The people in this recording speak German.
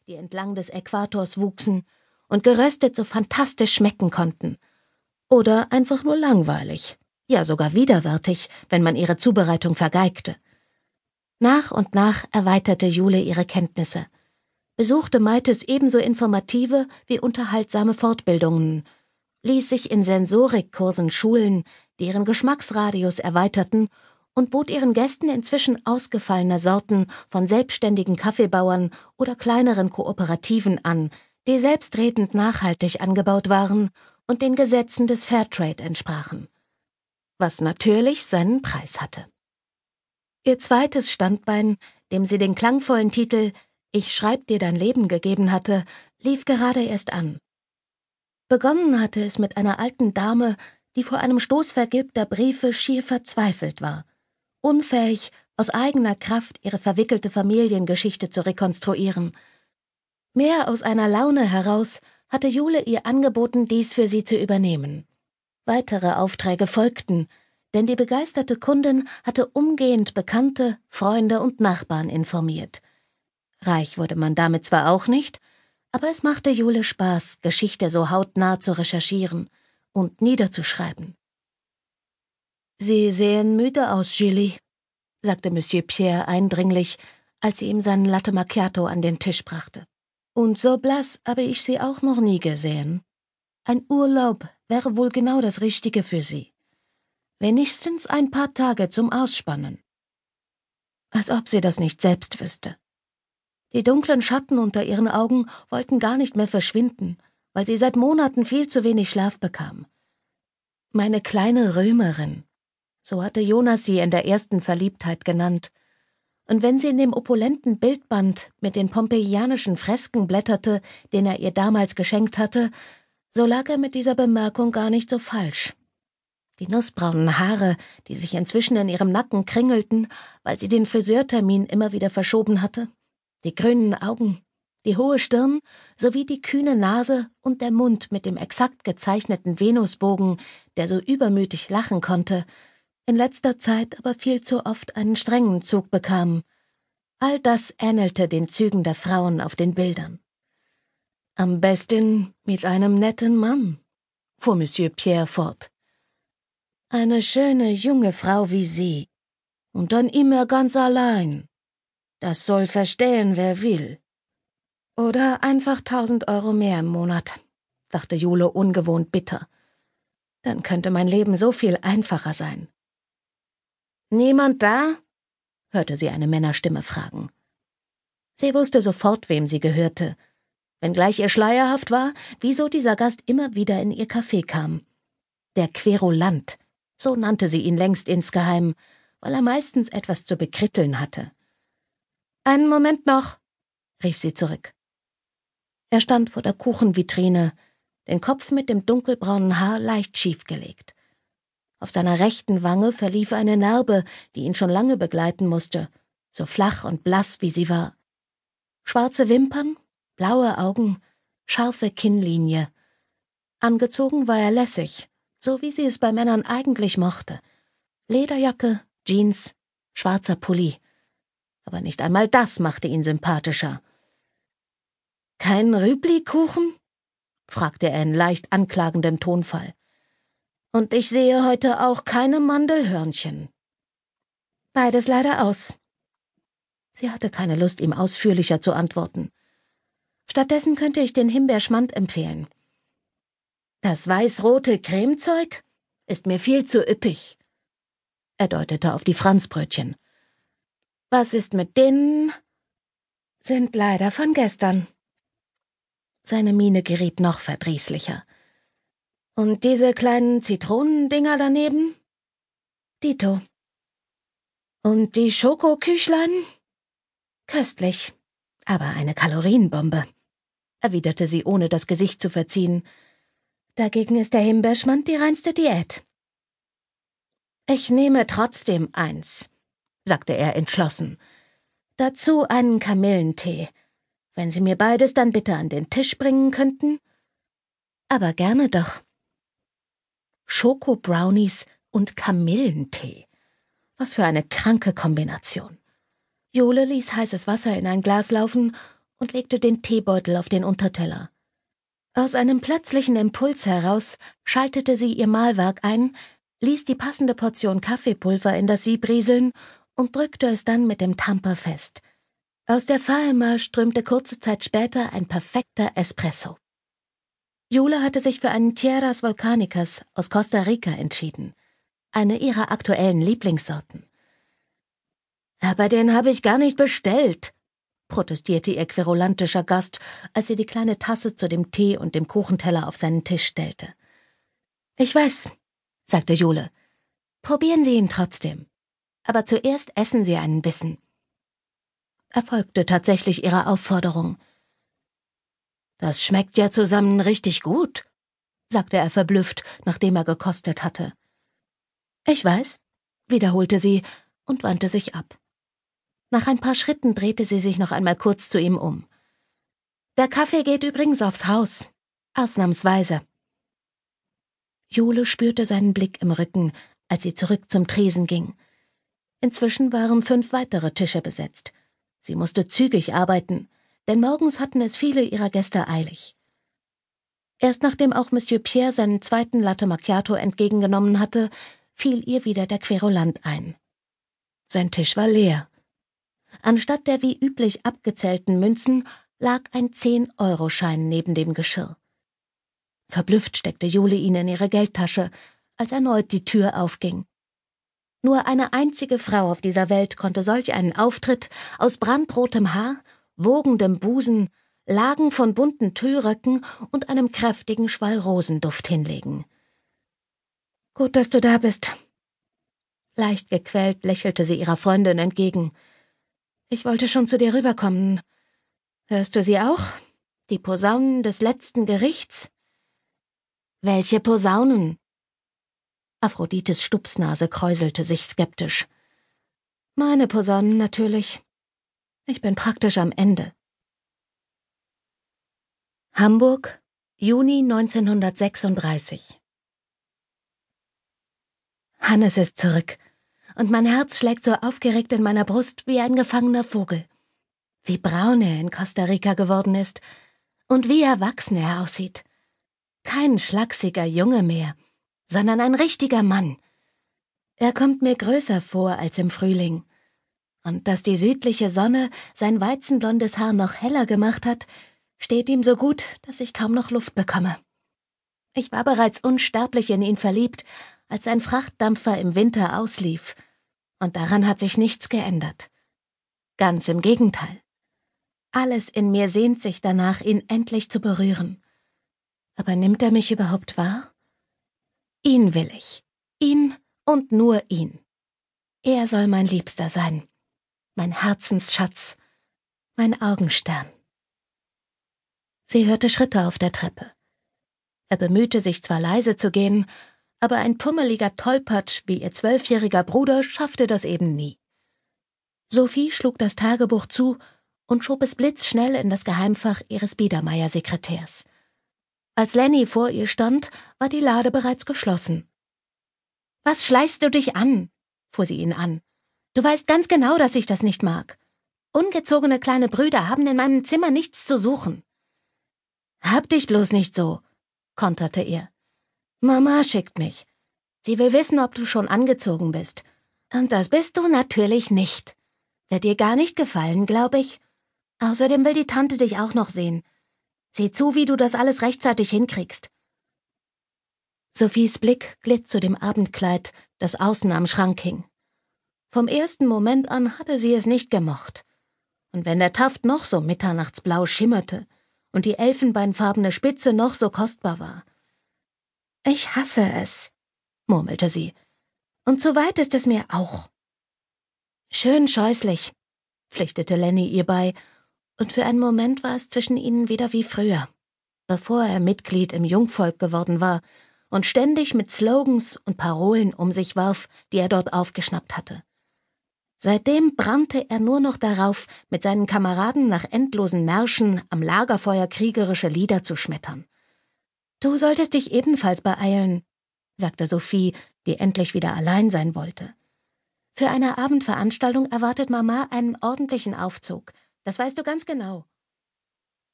die entlang des Äquators wuchsen und geröstet so fantastisch schmecken konnten. Oder einfach nur langweilig, ja sogar widerwärtig, wenn man ihre Zubereitung vergeigte. Nach und nach erweiterte Jule ihre Kenntnisse, besuchte Maites ebenso informative wie unterhaltsame Fortbildungen, ließ sich in Sensorikkursen schulen, die ihren Geschmacksradius erweiterten, und bot ihren Gästen inzwischen ausgefallene Sorten von selbstständigen Kaffeebauern oder kleineren Kooperativen an, die selbstredend nachhaltig angebaut waren und den Gesetzen des Fairtrade entsprachen. Was natürlich seinen Preis hatte. Ihr zweites Standbein, dem sie den klangvollen Titel »Ich schreib dir dein Leben« gegeben hatte, lief gerade erst an. Begonnen hatte es mit einer alten Dame, die vor einem Stoß vergilbter Briefe schier verzweifelt war, unfähig, aus eigener Kraft ihre verwickelte Familiengeschichte zu rekonstruieren. Mehr aus einer Laune heraus hatte Jule ihr angeboten, dies für sie zu übernehmen. Weitere Aufträge folgten, denn die begeisterte Kundin hatte umgehend Bekannte, Freunde und Nachbarn informiert. Reich wurde man damit zwar auch nicht, aber es machte Jule Spaß, Geschichte so hautnah zu recherchieren und niederzuschreiben. »Sie sehen müde aus, Julie«, sagte Monsieur Pierre eindringlich, als sie ihm seinen Latte Macchiato an den Tisch brachte. »Und so blass habe ich Sie auch noch nie gesehen. Ein Urlaub wäre wohl genau das Richtige für Sie. Wenigstens ein paar Tage zum Ausspannen.« Als ob sie das nicht selbst wüsste. Die dunklen Schatten unter ihren Augen wollten gar nicht mehr verschwinden, weil sie seit Monaten viel zu wenig Schlaf bekam. »Meine kleine Römerin«, so hatte Jonas sie in der ersten Verliebtheit genannt, und wenn sie in dem opulenten Bildband mit den pompeianischen Fresken blätterte, den er ihr damals geschenkt hatte, so lag er mit dieser Bemerkung gar nicht so falsch. Die nussbraunen Haare, die sich inzwischen in ihrem Nacken kringelten, weil sie den Friseurtermin immer wieder verschoben hatte, die grünen Augen, die hohe Stirn sowie die kühne Nase und der Mund mit dem exakt gezeichneten Venusbogen, der so übermütig lachen konnte, in letzter Zeit aber viel zu oft einen strengen Zug bekam. All das ähnelte den Zügen der Frauen auf den Bildern. »Am besten mit einem netten Mann«, fuhr Monsieur Pierre fort. »Eine schöne junge Frau wie Sie. Und dann immer ganz allein. Das soll verstehen, wer will.« »Oder einfach 1.000 Euro mehr im Monat«, dachte Jule ungewohnt bitter. »Dann könnte mein Leben so viel einfacher sein.« »Niemand da?« hörte sie eine Männerstimme fragen. Sie wusste sofort, wem sie gehörte, wenngleich ihr schleierhaft war, wieso dieser Gast immer wieder in ihr Café kam. Der Querulant, so nannte sie ihn längst insgeheim, weil er meistens etwas zu bekritteln hatte. »Einen Moment noch«, rief sie zurück. Er stand vor der Kuchenvitrine, den Kopf mit dem dunkelbraunen Haar leicht schiefgelegt. Auf seiner rechten Wange verlief eine Narbe, die ihn schon lange begleiten musste, so flach und blass wie sie war. Schwarze Wimpern, blaue Augen, scharfe Kinnlinie. Angezogen war er lässig, so wie sie es bei Männern eigentlich mochte. Lederjacke, Jeans, schwarzer Pulli. Aber nicht einmal das machte ihn sympathischer. »Kein Rübli-Kuchen?« fragte er in leicht anklagendem Tonfall. »Und ich sehe heute auch keine Mandelhörnchen.« »Beides leider aus.« Sie hatte keine Lust, ihm ausführlicher zu antworten. »Stattdessen könnte ich den Himbeerschmand empfehlen.« »Das weiß-rote Cremezeug ist mir viel zu üppig.« Er deutete auf die Franzbrötchen. »Was ist mit denen?« »Sind leider von gestern.« Seine Miene geriet noch verdrießlicher. »Und diese kleinen Zitronendinger daneben?« »Dito.« »Und die Schokoküchlein?« »Köstlich, aber eine Kalorienbombe«, erwiderte sie, ohne das Gesicht zu verziehen. »Dagegen ist der Himbeerschmand die reinste Diät.« »Ich nehme trotzdem eins«, sagte er entschlossen. »Dazu einen Kamillentee. Wenn Sie mir beides dann bitte an den Tisch bringen könnten?« »Aber gerne doch.« Schoko-Brownies und Kamillentee. Was für eine kranke Kombination. Jule ließ heißes Wasser in ein Glas laufen und legte den Teebeutel auf den Unterteller. Aus einem plötzlichen Impuls heraus schaltete sie ihr Mahlwerk ein, ließ die passende Portion Kaffeepulver in das Sieb rieseln und drückte es dann mit dem Tamper fest. Aus der Faema strömte kurze Zeit später ein perfekter Espresso. Jule hatte sich für einen Tierras Volcanicas aus Costa Rica entschieden, eine ihrer aktuellen Lieblingssorten. »Aber den habe ich gar nicht bestellt«, protestierte ihr querulantischer Gast, als sie die kleine Tasse zu dem Tee und dem Kuchenteller auf seinen Tisch stellte. »Ich weiß«, sagte Jule. »Probieren Sie ihn trotzdem. Aber zuerst essen Sie einen Bissen.« Er folgte tatsächlich ihrer Aufforderung. »Das schmeckt ja zusammen richtig gut«, sagte er verblüfft, nachdem er gekostet hatte. »Ich weiß«, wiederholte sie und wandte sich ab. Nach ein paar Schritten drehte sie sich noch einmal kurz zu ihm um. »Der Kaffee geht übrigens aufs Haus. Ausnahmsweise.« Jule spürte seinen Blick im Rücken, als sie zurück zum Tresen ging. Inzwischen waren 5 weitere Tische besetzt. Sie musste zügig arbeiten, denn morgens hatten es viele ihrer Gäste eilig. Erst nachdem auch Monsieur Pierre seinen zweiten Latte Macchiato entgegengenommen hatte, fiel ihr wieder der Querulant ein. Sein Tisch war leer. Anstatt der wie üblich abgezählten Münzen lag ein 10-Euro-Schein neben dem Geschirr. Verblüfft steckte Jule ihn in ihre Geldtasche, als erneut die Tür aufging. Nur eine einzige Frau auf dieser Welt konnte solch einen Auftritt aus brandrotem Haar, wogendem Busen, Lagen von bunten Tüllröcken und einem kräftigen Schwall Rosenduft hinlegen. »Gut, dass du da bist.« Leicht gequält lächelte sie ihrer Freundin entgegen. »Ich wollte schon zu dir rüberkommen. Hörst du sie auch? Die Posaunen des letzten Gerichts?« »Welche Posaunen?« Aphrodites Stupsnase kräuselte sich skeptisch. »Meine Posaunen natürlich. Ich bin praktisch am Ende.« Hamburg, Juni 1936. Hannes ist zurück, und mein Herz schlägt so aufgeregt in meiner Brust wie ein gefangener Vogel. Wie braun er in Costa Rica geworden ist und wie erwachsen er aussieht. Kein schlachsiger Junge mehr, sondern ein richtiger Mann. Er kommt mir größer vor als im Frühling. Und dass die südliche Sonne sein weizenblondes Haar noch heller gemacht hat, steht ihm so gut, dass ich kaum noch Luft bekomme. Ich war bereits unsterblich in ihn verliebt, als ein Frachtdampfer im Winter auslief. Und daran hat sich nichts geändert. Ganz im Gegenteil. Alles in mir sehnt sich danach, ihn endlich zu berühren. Aber nimmt er mich überhaupt wahr? Ihn will ich. Ihn und nur ihn. Er soll mein Liebster sein. Mein Herzensschatz. Mein Augenstern. Sie hörte Schritte auf der Treppe. Er bemühte sich zwar leise zu gehen, aber ein pummeliger Tollpatsch wie ihr 12-jähriger Bruder schaffte das eben nie. Sophie schlug das Tagebuch zu und schob es blitzschnell in das Geheimfach ihres Biedermeier-Sekretärs. Als Lenny vor ihr stand, war die Lade bereits geschlossen. »Was schleichst du dich an?« fuhr sie ihn an. »Du weißt ganz genau, dass ich das nicht mag. Ungezogene kleine Brüder haben in meinem Zimmer nichts zu suchen.« »Hab dich bloß nicht so«, konterte er. »Mama schickt mich. Sie will wissen, ob du schon angezogen bist. Und das bist du natürlich nicht. Wird dir gar nicht gefallen, glaube ich. Außerdem will die Tante dich auch noch sehen. Sieh zu, wie du das alles rechtzeitig hinkriegst.« Sophies Blick glitt zu dem Abendkleid, das außen am Schrank hing. Vom ersten Moment an hatte sie es nicht gemocht. Und wenn der Taft noch so mitternachtsblau schimmerte und die elfenbeinfarbene Spitze noch so kostbar war. »Ich hasse es«, murmelte sie. »Und so weit ist es mir auch.« »Schön scheußlich«, pflichtete Lenny ihr bei, und für einen Moment war es zwischen ihnen wieder wie früher, bevor er Mitglied im Jungvolk geworden war und ständig mit Slogans und Parolen um sich warf, die er dort aufgeschnappt hatte. Seitdem brannte er nur noch darauf, mit seinen Kameraden nach endlosen Märschen am Lagerfeuer kriegerische Lieder zu schmettern. »Du solltest dich ebenfalls beeilen«, sagte Sophie, die endlich wieder allein sein wollte. »Für eine Abendveranstaltung erwartet Mama einen ordentlichen Aufzug. Das weißt du ganz genau.«